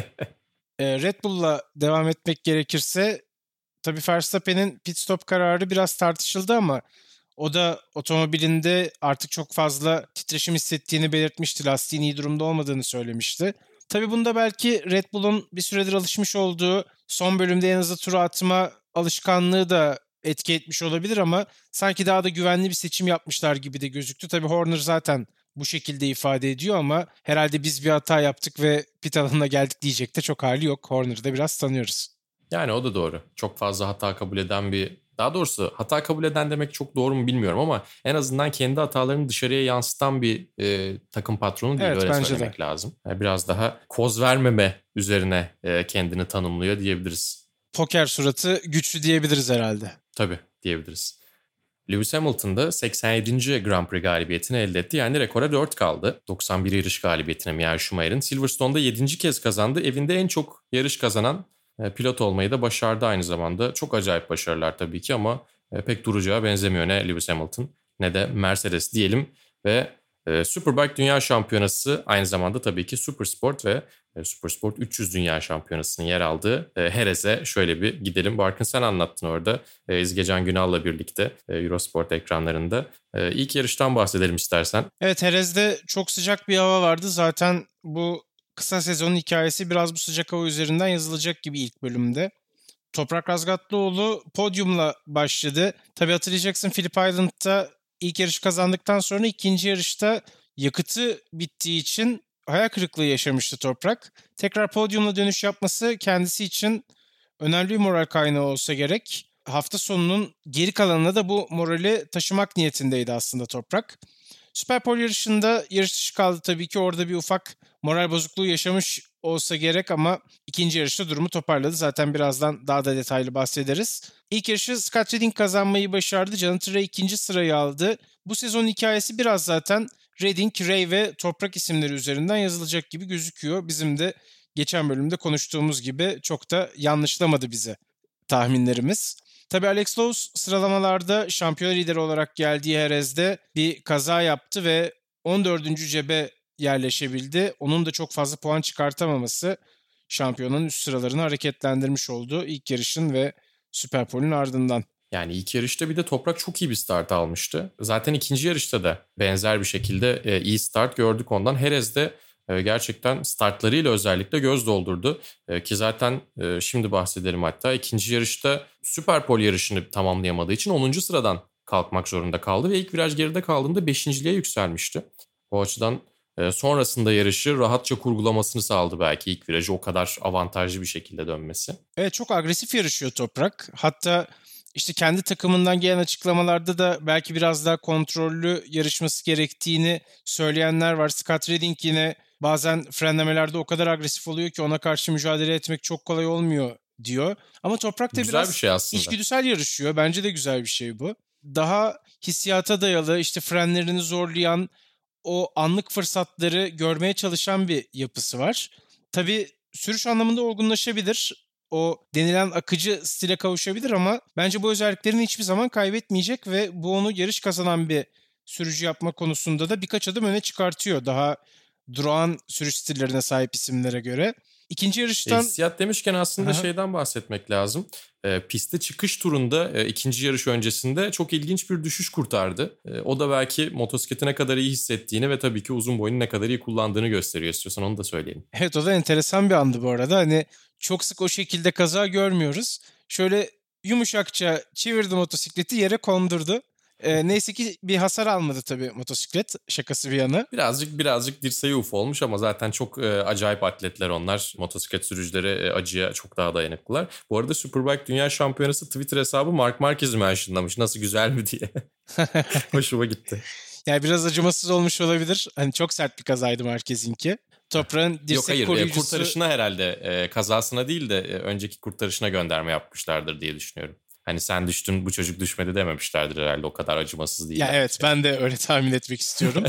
e, Red Bull'la devam etmek gerekirse tabii Verstappen'in pit stop kararı biraz tartışıldı ama o da otomobilinde artık çok fazla titreşim hissettiğini belirtmişti. Lastiğin iyi durumda olmadığını söylemişti. Tabii bunda belki Red Bull'un bir süredir alışmış olduğu son bölümde en hızlı tur atma alışkanlığı da etki etmiş olabilir ama sanki daha da güvenli bir seçim yapmışlar gibi de gözüktü. Tabii Horner zaten bu şekilde ifade ediyor ama herhalde biz bir hata yaptık ve pit alanına geldik diyecek de çok hali yok. Horner'ı da biraz tanıyoruz. Yani o da doğru. Çok fazla hata kabul eden bir... Daha doğrusu hata kabul eden demek çok doğru mu bilmiyorum ama en azından kendi hatalarını dışarıya yansıtan bir e, takım patronu değil, Evet, öyle bence söylemek de. lazım. Yani biraz daha koz vermeme üzerine e, kendini tanımlıyor diyebiliriz. Poker suratı güçlü diyebiliriz herhalde. Tabii diyebiliriz. Lewis Hamilton da seksen yedinci Grand Prix galibiyetini elde etti. Yani rekora dört kaldı. doksan bir yarış galibiyetine Michael Schumacher'in. Silverstone'da yedinci kez kazandı. Evinde en çok yarış kazanan pilot olmayı da başardı aynı zamanda. Çok acayip başarılar tabii ki ama pek duracağı benzemiyor ne Lewis Hamilton ne de Mercedes diyelim. Ve Superbike Dünya Şampiyonası aynı zamanda tabii ki Supersport ve Supersport üç yüz Dünya Şampiyonası'nın yer aldığı Jerez'e şöyle bir gidelim. Barkın sen anlattın orada İzgecan Günal'la birlikte Eurosport ekranlarında. İlk yarıştan bahsedelim istersen. Evet, Jerez'de çok sıcak bir hava vardı. Zaten bu kısa sezonun hikayesi biraz bu sıcak hava üzerinden yazılacak gibi ilk bölümde. Toprak Razgatlıoğlu podyumla başladı. Tabii hatırlayacaksın, Phillip Island'da ilk yarışı kazandıktan sonra ikinci yarışta yakıtı bittiği için hayal kırıklığı yaşamıştı Toprak. Tekrar podyumla dönüş yapması kendisi için önemli bir moral kaynağı olsa gerek. Hafta sonunun geri kalanına da bu morali taşımak niyetindeydi aslında Toprak. Superpole yarışında yarış dışı kaldı tabii ki. Orada bir ufak moral bozukluğu yaşamış olsa gerek ama ikinci yarışta durumu toparladı. Zaten birazdan daha da detaylı bahsederiz. İlk yarışı Scott Redding kazanmayı başardı. Jonathan Ray ikinci sırayı aldı. Bu sezonun hikayesi biraz zaten Redding, Ray ve Toprak isimleri üzerinden yazılacak gibi gözüküyor. Bizim de geçen bölümde konuştuğumuz gibi çok da yanlışlamadı bize tahminlerimiz. Tabii Alex Lowes sıralamalarda şampiyon lideri olarak geldiği Jerez'de bir kaza yaptı ve on dördüncü cebe yerleşebildi. Onun da çok fazla puan çıkartamaması şampiyonun üst sıralarını hareketlendirmiş oldu ilk yarışın ve Superpole'ün ardından. Yani ilk yarışta bir de Toprak çok iyi bir start almıştı. Zaten ikinci yarışta da benzer bir şekilde e, iyi start gördük ondan. Jerez de e, gerçekten startlarıyla özellikle göz doldurdu. E, ki zaten e, şimdi bahsedelim hatta. ikinci yarışta Süper Pole yarışını tamamlayamadığı için onuncu sıradan kalkmak zorunda kaldı. Ve ilk viraj geride kaldığında beşinciliğe yükselmişti. O açıdan e, sonrasında yarışı rahatça kurgulamasını sağladı belki ilk virajı o kadar avantajlı bir şekilde dönmesi. Evet, çok agresif yarışıyor Toprak. Hatta işte kendi takımından gelen açıklamalarda da belki biraz daha kontrollü yarışması gerektiğini söyleyenler var. Scott Redding yine bazen frenlemelerde o kadar agresif oluyor ki ona karşı mücadele etmek çok kolay olmuyor diyor. Ama Toprak da Güzel biraz bir şey aslında. içgüdüsel yarışıyor. Bence de güzel bir şey bu. Daha hissiyata dayalı, işte frenlerini zorlayan, o anlık fırsatları görmeye çalışan bir yapısı var. Tabii sürüş anlamında olgunlaşabilir. O denilen akıcı stile kavuşabilir ama bence bu özelliklerini hiçbir zaman kaybetmeyecek ve bu onu yarış kazanan bir sürücü yapma konusunda da birkaç adım öne çıkartıyor. Daha durağan sürüş stillerine sahip isimlere göre. İkinci yarıştan... E, hissiyat demişken aslında Aha. şeyden bahsetmek lazım. E, piste çıkış turunda e, ikinci yarış öncesinde çok ilginç bir düşüş kurtardı. E, o da belki motosikleti ne kadar iyi hissettiğini ve tabii ki uzun boyunu ne kadar iyi kullandığını gösteriyor. İstiyorsan onu da söyleyelim. Evet, o da enteresan bir andı bu arada. Hani çok sık o şekilde kaza görmüyoruz. Şöyle yumuşakça çevirdi motosikleti, yere kondurdu. Ee, neyse ki bir hasar almadı tabii motosiklet, şakası bir yana. Birazcık birazcık dirseği uf olmuş ama zaten çok e, acayip atletler onlar. Motosiklet sürücüleri e, acıya çok daha dayanıklılar. Bu arada Superbike Dünya Şampiyonası Twitter hesabı Mark Marquez'i mentionlamış. Nasıl, güzel mi diye. Hoşuma gitti. Yani biraz acımasız olmuş olabilir. Hani çok sert bir kazaydı Marquez'inki. Toprağın dirsek Yok hayır koruyucusu... e, kurtarışına herhalde e, kazasına değil de e, önceki kurtarışına gönderme yapmışlardır diye düşünüyorum. Hani sen düştün bu çocuk düşmedi dememişlerdir herhalde, o kadar acımasız değil. Ya yani. evet, ben de öyle tahmin etmek istiyorum.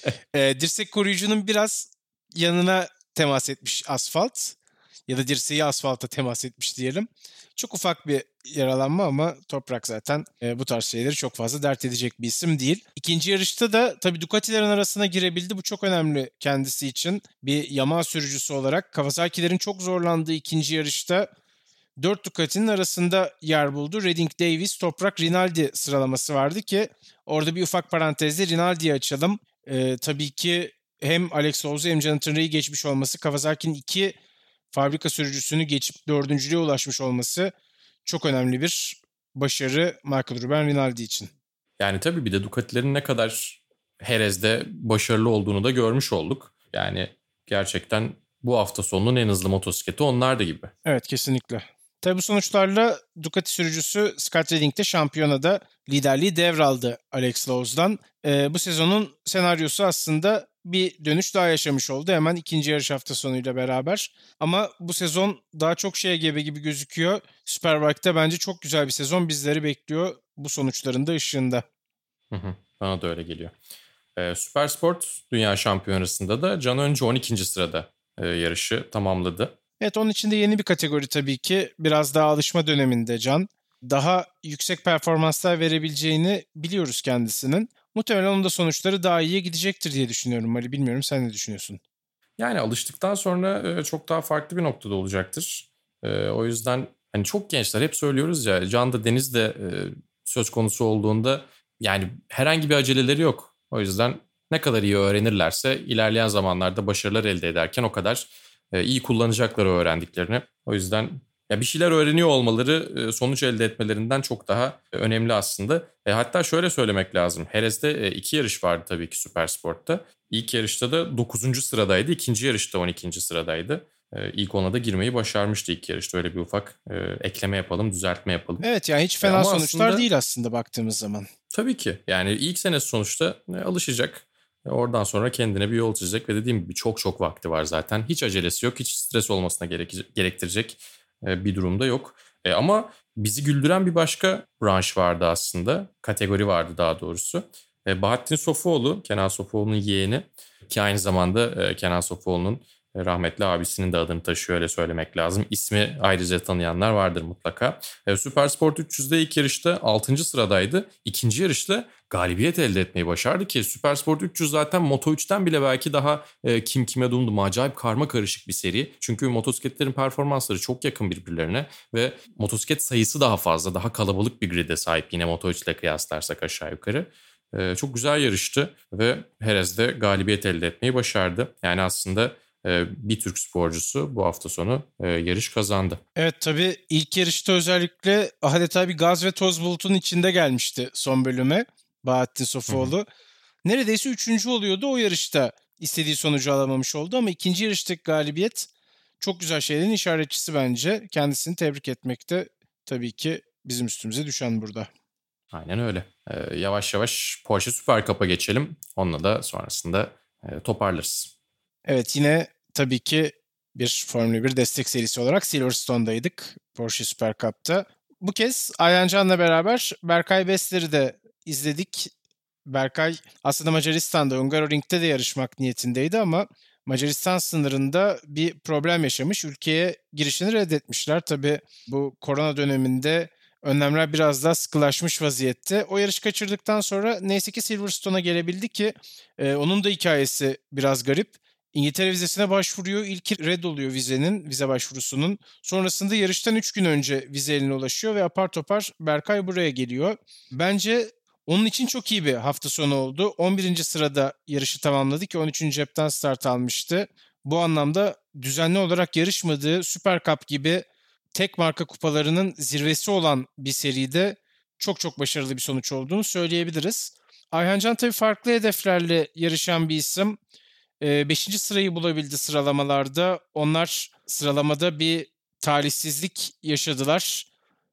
e, dirsek koruyucunun biraz yanına temas etmiş asfalt ya da dirseği asfalta temas etmiş diyelim. Çok ufak bir yaralanma ama Toprak zaten e, bu tarz şeyleri çok fazla dert edecek bir isim değil. İkinci yarışta da tabii Ducati'lerin arasına girebildi. Bu çok önemli kendisi için. Bir Yamaha sürücüsü olarak Kawasaki'lerin çok zorlandığı ikinci yarışta dört Ducati'nin arasında yer buldu. Redding, Davis, Toprak, Rinaldi sıralaması vardı ki orada bir ufak parantezde Rinaldi'yi açalım. Ee, tabii ki hem Alex Lowes'u hem Jonathan Rea'yı geçmiş olması, Kawasaki'nin iki fabrika sürücüsünü geçip dördüncülüğe ulaşmış olması çok önemli bir başarı Michael Ruben Rinaldi için. Yani tabii bir de Ducati'lerin ne kadar Jerez'de başarılı olduğunu da görmüş olduk. Yani gerçekten bu hafta sonunun en hızlı motosikleti onlar da gibi. Evet, kesinlikle. Tabii bu sonuçlarla Ducati sürücüsü Scott Redding de şampiyonada liderliği devraldı Alex Lowes'dan. Ee, bu sezonun senaryosu aslında bir dönüş daha yaşamış oldu hemen ikinci yarış hafta sonuyla beraber. Ama bu sezon daha çok şeye gebe gibi gözüküyor. Superbike'da bence çok güzel bir sezon bizleri bekliyor bu sonuçların da ışığında. Hı hı, bana da öyle geliyor. Ee, Supersport Dünya Şampiyonası'nda da Can Öncü on ikinci sırada e, yarışı tamamladı. Evet, onun içinde yeni bir kategori tabii ki. Biraz daha alışma döneminde Can. Daha yüksek performanslar verebileceğini biliyoruz kendisinin. Muhtemelen onun da sonuçları daha iyiye gidecektir diye düşünüyorum Ali. Bilmiyorum, sen ne düşünüyorsun? Yani alıştıktan sonra e, çok daha farklı bir noktada olacaktır. E, o yüzden hani çok gençler, hep söylüyoruz ya, Can da Deniz de e, söz konusu olduğunda yani herhangi bir aceleleri yok. O yüzden ne kadar iyi öğrenirlerse ilerleyen zamanlarda başarılar elde ederken o kadar e, iyi kullanacaklar o öğrendiklerini. O yüzden ya bir şeyler öğreniyor olmaları e, sonuç elde etmelerinden çok daha e, önemli aslında. E, hatta şöyle söylemek lazım. Jerez'de e, iki yarış vardı tabii ki Supersport'ta. İlk yarışta da dokuzuncu sıradaydı. İkinci yarışta on ikinci sıradaydı. E, ilk ona da girmeyi başarmıştı ilk yarışta. Öyle bir ufak e, ekleme yapalım, düzeltme yapalım. Evet, yani hiç fena Ama sonuçlar aslında, değil aslında baktığımız zaman. Tabii ki. Yani ilk senesi sonuçta e, alışacak. E, oradan sonra kendine bir yol çizecek ve dediğim gibi çok çok vakti var zaten. Hiç acelesi yok, hiç stres olmasına gerek- gerektirecek bir durumda yok. E ama bizi güldüren bir başka branş vardı aslında. Kategori vardı daha doğrusu. E, Bahattin Sofuoğlu, Kenan Sofuoğlu'nun yeğeni ki aynı zamanda e, Kenan Sofuoğlu'nun Rahmetli abisinin de adını taşıyor, öyle söylemek lazım. İsmi ayrıca tanıyanlar vardır mutlaka. E, Süpersport üç yüzde ilk yarışta altıncı sıradaydı. İkinci yarışta galibiyet elde etmeyi başardı ki Süpersport üç yüz zaten Moto üçten bile belki daha e, kim kime dumdum. Acayip karma karışık bir seri. Çünkü motosikletlerin performansları çok yakın birbirlerine ve motosiklet sayısı daha fazla. Daha kalabalık bir grid'e sahip yine Moto üç ile kıyaslarsak aşağı yukarı. E, çok güzel yarıştı ve Perez de galibiyet elde etmeyi başardı. Yani aslında bir Türk sporcusu bu hafta sonu yarış kazandı. Evet, tabii ilk yarışta özellikle adeta bir gaz ve toz bulutunun içinde gelmişti son bölüme Bahattin Sofuoğlu. Hı hı. Neredeyse üçüncü oluyordu, o yarışta istediği sonucu alamamış oldu ama ikinci yarıştaki galibiyet çok güzel şeylerin işaretçisi bence. Kendisini tebrik etmekte tabii ki bizim üstümüze düşen burada. Aynen öyle. Ee, yavaş yavaş Porsche Süper Cup'a geçelim. Onunla da sonrasında e, toparlarız. Evet, yine tabii ki bir Formula bir destek serisi olarak Silverstone'daydık Porsche Süper Cup'ta. Bu kez Ayhan Can'la beraber Berkay Besler'i de izledik. Berkay aslında Macaristan'da Hungaroring'de de yarışmak niyetindeydi ama Macaristan sınırında bir problem yaşamış. Ülkeye girişini reddetmişler. Tabii bu korona döneminde önlemler biraz daha sıkılaşmış vaziyette. O yarış kaçırdıktan sonra neyse ki Silverstone'a gelebildi ki e, onun da hikayesi biraz garip. İngiltere vizesine başvuruyor. İlk reddoluyor vizenin, vize başvurusunun. Sonrasında yarıştan üç gün önce vize eline ulaşıyor ve apar topar Berkay buraya geliyor. Bence onun için çok iyi bir hafta sonu oldu. on birinci sırada yarışı tamamladı ki on üçüncü cepten start almıştı. Bu anlamda düzenli olarak yarışmadığı Süper Cup gibi tek marka kupalarının zirvesi olan bir seride çok çok başarılı bir sonuç olduğunu söyleyebiliriz. Ayhan Can tabii farklı hedeflerle yarışan bir isim. Beşinci sırayı bulabildi sıralamalarda. Onlar sıralamada bir talihsizlik yaşadılar.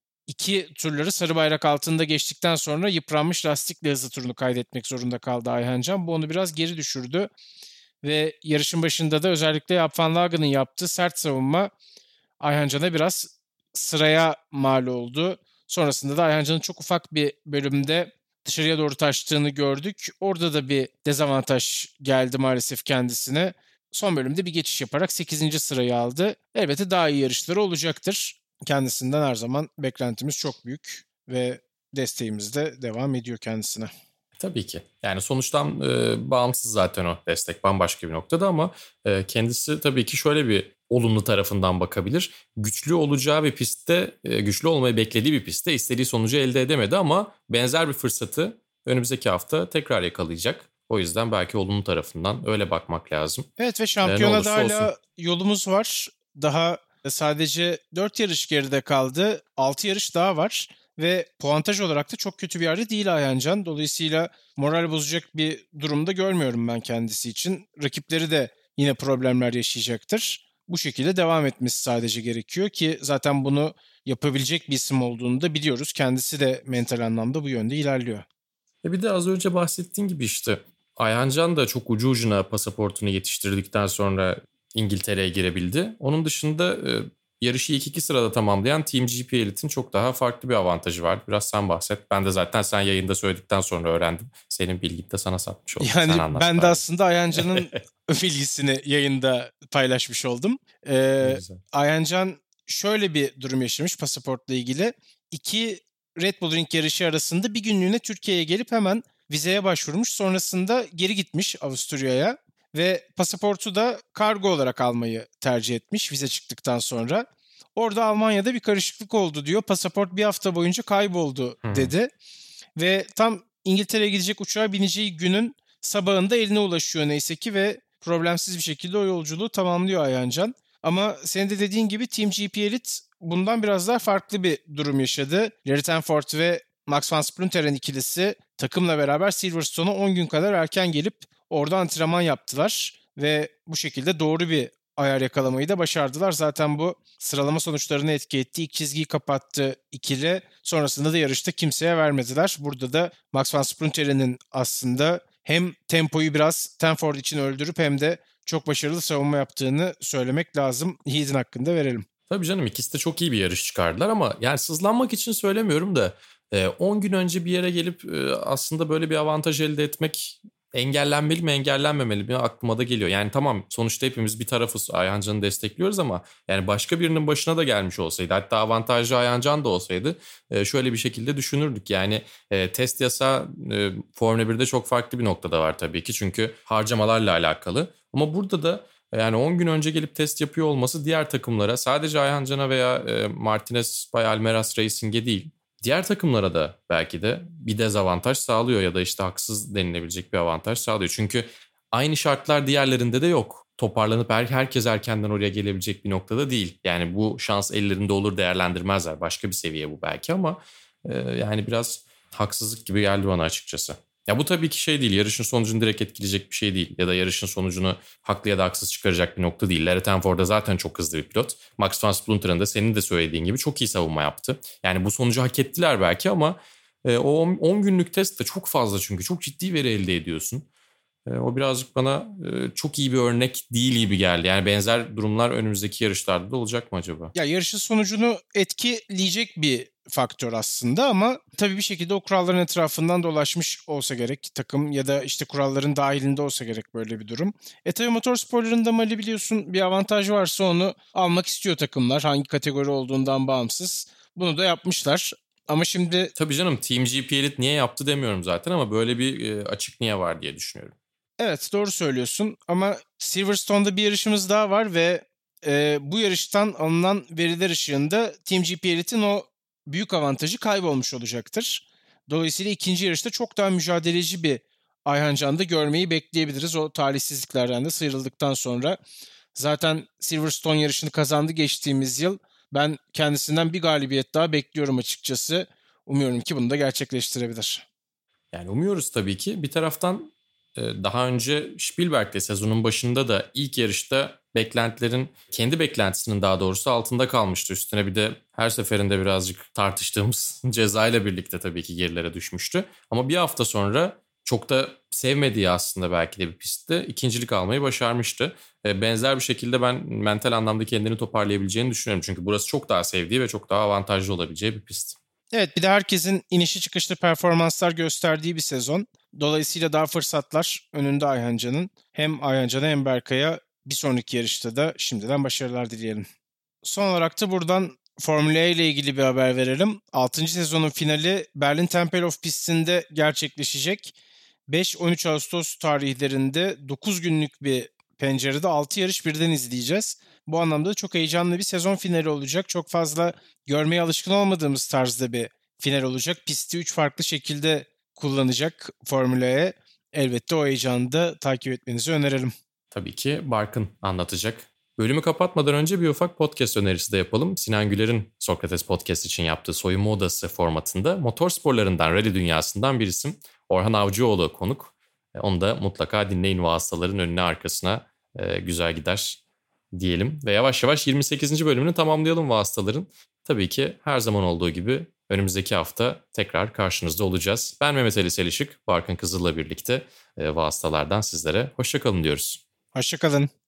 İki turları sarı bayrak altında geçtikten sonra yıpranmış lastikle hızlı turunu kaydetmek zorunda kaldı Ayhan Can. Bu onu biraz geri düşürdü. Ve yarışın başında da özellikle Jaap van Lagen'ın yaptığı sert savunma Ayhan Can'a biraz sıraya mal oldu. Sonrasında da Ayhan Can'ın çok ufak bir bölümde dışarıya doğru taştığını gördük. Orada da bir dezavantaj geldi maalesef kendisine. Son bölümde bir geçiş yaparak sekizinci sırayı aldı. Elbette daha iyi yarışları olacaktır. Kendisinden her zaman beklentimiz çok büyük ve desteğimiz de devam ediyor kendisine. Tabii ki. Yani sonuçtan e, bağımsız zaten o destek bambaşka bir noktada ama e, kendisi tabii ki şöyle bir olumlu tarafından bakabilir. Güçlü olacağı bir pistte, e, güçlü olmayı beklediği bir pistte istediği sonucu elde edemedi ama benzer bir fırsatı önümüzdeki hafta tekrar yakalayacak. O yüzden belki olumlu tarafından öyle bakmak lazım. Evet ve şampiyonada e, hala olsun. Yolumuz var. Daha sadece dört yarış geride kaldı. altı yarış daha var. Ve puantaj olarak da çok kötü bir yerde değil Ayhan Can. Dolayısıyla moral bozacak bir durumda görmüyorum ben kendisi için. Rakipleri de yine problemler yaşayacaktır. Bu şekilde devam etmesi sadece gerekiyor ki zaten bunu yapabilecek bir isim olduğunu da biliyoruz. Kendisi de mental anlamda bu yönde ilerliyor. E bir de az önce bahsettiğin gibi işte Ayhan Can da çok ucu ucuna pasaportunu yetiştirdikten sonra İngiltere'ye girebildi. Onun dışında e, yarışı ilk iki sırada tamamlayan Team G P Elite'in çok daha farklı bir avantajı var. Biraz sen bahset. Ben de zaten sen yayında söyledikten sonra öğrendim. Senin bilgini de sana satmış oldum. Yani ben de aslında Ayhan Can'ın bilgisini yayında paylaşmış oldum. Ee, Ayhan Can şöyle bir durum yaşamış pasaportla ilgili. İki Red Bull Ring yarışı arasında bir günlüğüne Türkiye'ye gelip hemen vizeye başvurmuş. Sonrasında geri gitmiş Avusturya'ya. Ve pasaportu da kargo olarak almayı tercih etmiş vize çıktıktan sonra. Orada Almanya'da bir karışıklık oldu diyor. Pasaport bir hafta boyunca kayboldu dedi. Hmm. Ve tam İngiltere'ye gidecek uçağa bineceği günün sabahında eline ulaşıyor neyse ki ve problemsiz bir şekilde o yolculuğu tamamlıyor Ayhan Can. Ama senin de dediğin gibi Team G P Elite bundan biraz daha farklı bir durum yaşadı. Larry Tenford ve Max van Splunteren ikilisi takımla beraber Silverstone'a on gün kadar erken gelip orada antrenman yaptılar ve bu şekilde doğru bir ayar yakalamayı da başardılar. Zaten bu sıralama sonuçlarını etki etti. İlk çizgiyi kapattı ikili. Sonrasında da yarışta kimseye vermediler. Burada da Max van Splunteren aslında hem tempoyu biraz Tenford için öldürüp hem de çok başarılı savunma yaptığını söylemek lazım. Heath'in hakkında verelim. Tabii canım, ikisi de çok iyi bir yarış çıkardılar ama yani sızlanmak için söylemiyorum da on gün önce bir yere gelip aslında böyle bir avantaj elde etmek engellenmeli mi engellenmemeli mi aklıma da geliyor. Yani tamam, sonuçta hepimiz bir tarafız, Ayhan Can'ı destekliyoruz ama yani başka birinin başına da gelmiş olsaydı, hatta avantajlı Ayhan Can da olsaydı şöyle bir şekilde düşünürdük. Yani test yasağı Formula birde çok farklı bir noktada var tabii ki, çünkü harcamalarla alakalı. Ama burada da yani on gün önce gelip test yapıyor olması diğer takımlara, sadece Ayhan Can'a veya Martinez Bay Almeras Racing'e değil, diğer takımlara da belki de bir dezavantaj sağlıyor ya da işte haksız denilebilecek bir avantaj sağlıyor. Çünkü aynı şartlar diğerlerinde de yok. Toparlanıp her, herkes erkenden oraya gelebilecek bir noktada değil. Yani bu şans ellerinde olur, değerlendirmezler. Başka bir seviye bu belki ama e, yani biraz haksızlık gibi geldi bana açıkçası. Ya bu tabii ki şey değil, yarışın sonucunu direkt etkileyecek bir şey değil. Ya da yarışın sonucunu haklı ya da haksız çıkaracak bir nokta değil. Larry Tenford'da zaten çok hızlı bir pilot. Max van Splunter'ın da senin de söylediğin gibi çok iyi savunma yaptı. Yani bu sonucu hak ettiler belki ama e, o on günlük test de çok fazla, çünkü çok ciddi veri elde ediyorsun. E, o birazcık bana e, çok iyi bir örnek değil gibi geldi. Yani benzer durumlar önümüzdeki yarışlarda da olacak mı acaba? Ya yarışın sonucunu etkileyecek bir faktör aslında ama tabii bir şekilde o kuralların etrafından dolaşmış olsa gerek takım ya da işte kuralların dahilinde olsa gerek böyle bir durum. E tabii motorsporlarında mali biliyorsun bir avantaj varsa onu almak istiyor takımlar, hangi kategori olduğundan bağımsız. Bunu da yapmışlar. Ama şimdi... Tabii canım, Team G P Elite niye yaptı demiyorum zaten ama böyle bir e, açık niye var diye düşünüyorum. Evet, doğru söylüyorsun ama Silverstone'da bir yarışımız daha var ve e, bu yarıştan alınan veriler ışığında Team G P Elite'in o büyük avantajı kaybolmuş olacaktır. Dolayısıyla ikinci yarışta çok daha mücadeleci bir Ayhan Can'da görmeyi bekleyebiliriz. O talihsizliklerden de sıyrıldıktan sonra. Zaten Silverstone yarışını kazandı geçtiğimiz yıl. Ben kendisinden bir galibiyet daha bekliyorum açıkçası. Umuyorum ki bunu da gerçekleştirebilir. Yani umuyoruz tabii ki. Bir taraftan daha önce Spielberg'le sezonun başında da ilk yarışta beklentilerin, kendi beklentisinin daha doğrusu altında kalmıştı. Üstüne bir de her seferinde birazcık tartıştığımız cezayla birlikte tabii ki gerilere düşmüştü. Ama bir hafta sonra çok da sevmediği aslında belki de bir pistte ikincilik almayı başarmıştı. Benzer bir şekilde ben mental anlamda kendini toparlayabileceğini düşünüyorum. Çünkü burası çok daha sevdiği ve çok daha avantajlı olabileceği bir pist. Evet, bir de herkesin inişi çıkışlı performanslar gösterdiği bir sezon. Dolayısıyla daha fırsatlar önünde Ayhan Can'ın. Hem Ayhan Can'a hem Berkay'a bir sonraki yarışta da şimdiden başarılar dileyelim. Son olarak da buradan Formula E ile ilgili bir haber verelim. altıncı sezonun finali Berlin Tempelhof pistinde gerçekleşecek. beş on üç Ağustos tarihlerinde dokuz günlük bir pencerede altı yarış birden izleyeceğiz. Bu anlamda da çok heyecanlı bir sezon finali olacak. Çok fazla görmeye alışkın olmadığımız tarzda bir final olacak. Pisti üç farklı şekilde kullanacak Formula E. Elbette o heyecanı da takip etmenizi önerelim. Tabii ki Barkın anlatacak. Bölümü kapatmadan önce bir ufak podcast önerisi de yapalım. Sinan Güler'in Sokrates Podcast için yaptığı Soyunma Odası formatında motorsporlarından, rally dünyasından bir isim Orhan Avcıoğlu konuk. Onu da mutlaka dinleyin, vasıtaların önüne arkasına e, güzel gider diyelim. Ve yavaş yavaş yirmi sekizinci bölümünü tamamlayalım vasıtaların. Tabii ki her zaman olduğu gibi önümüzdeki hafta tekrar karşınızda olacağız. Ben Mehmet Ali Selişik, Barkın Kızıl'la birlikte e, vasıtalardan sizlere hoşça kalın diyoruz. Hoşça kalın.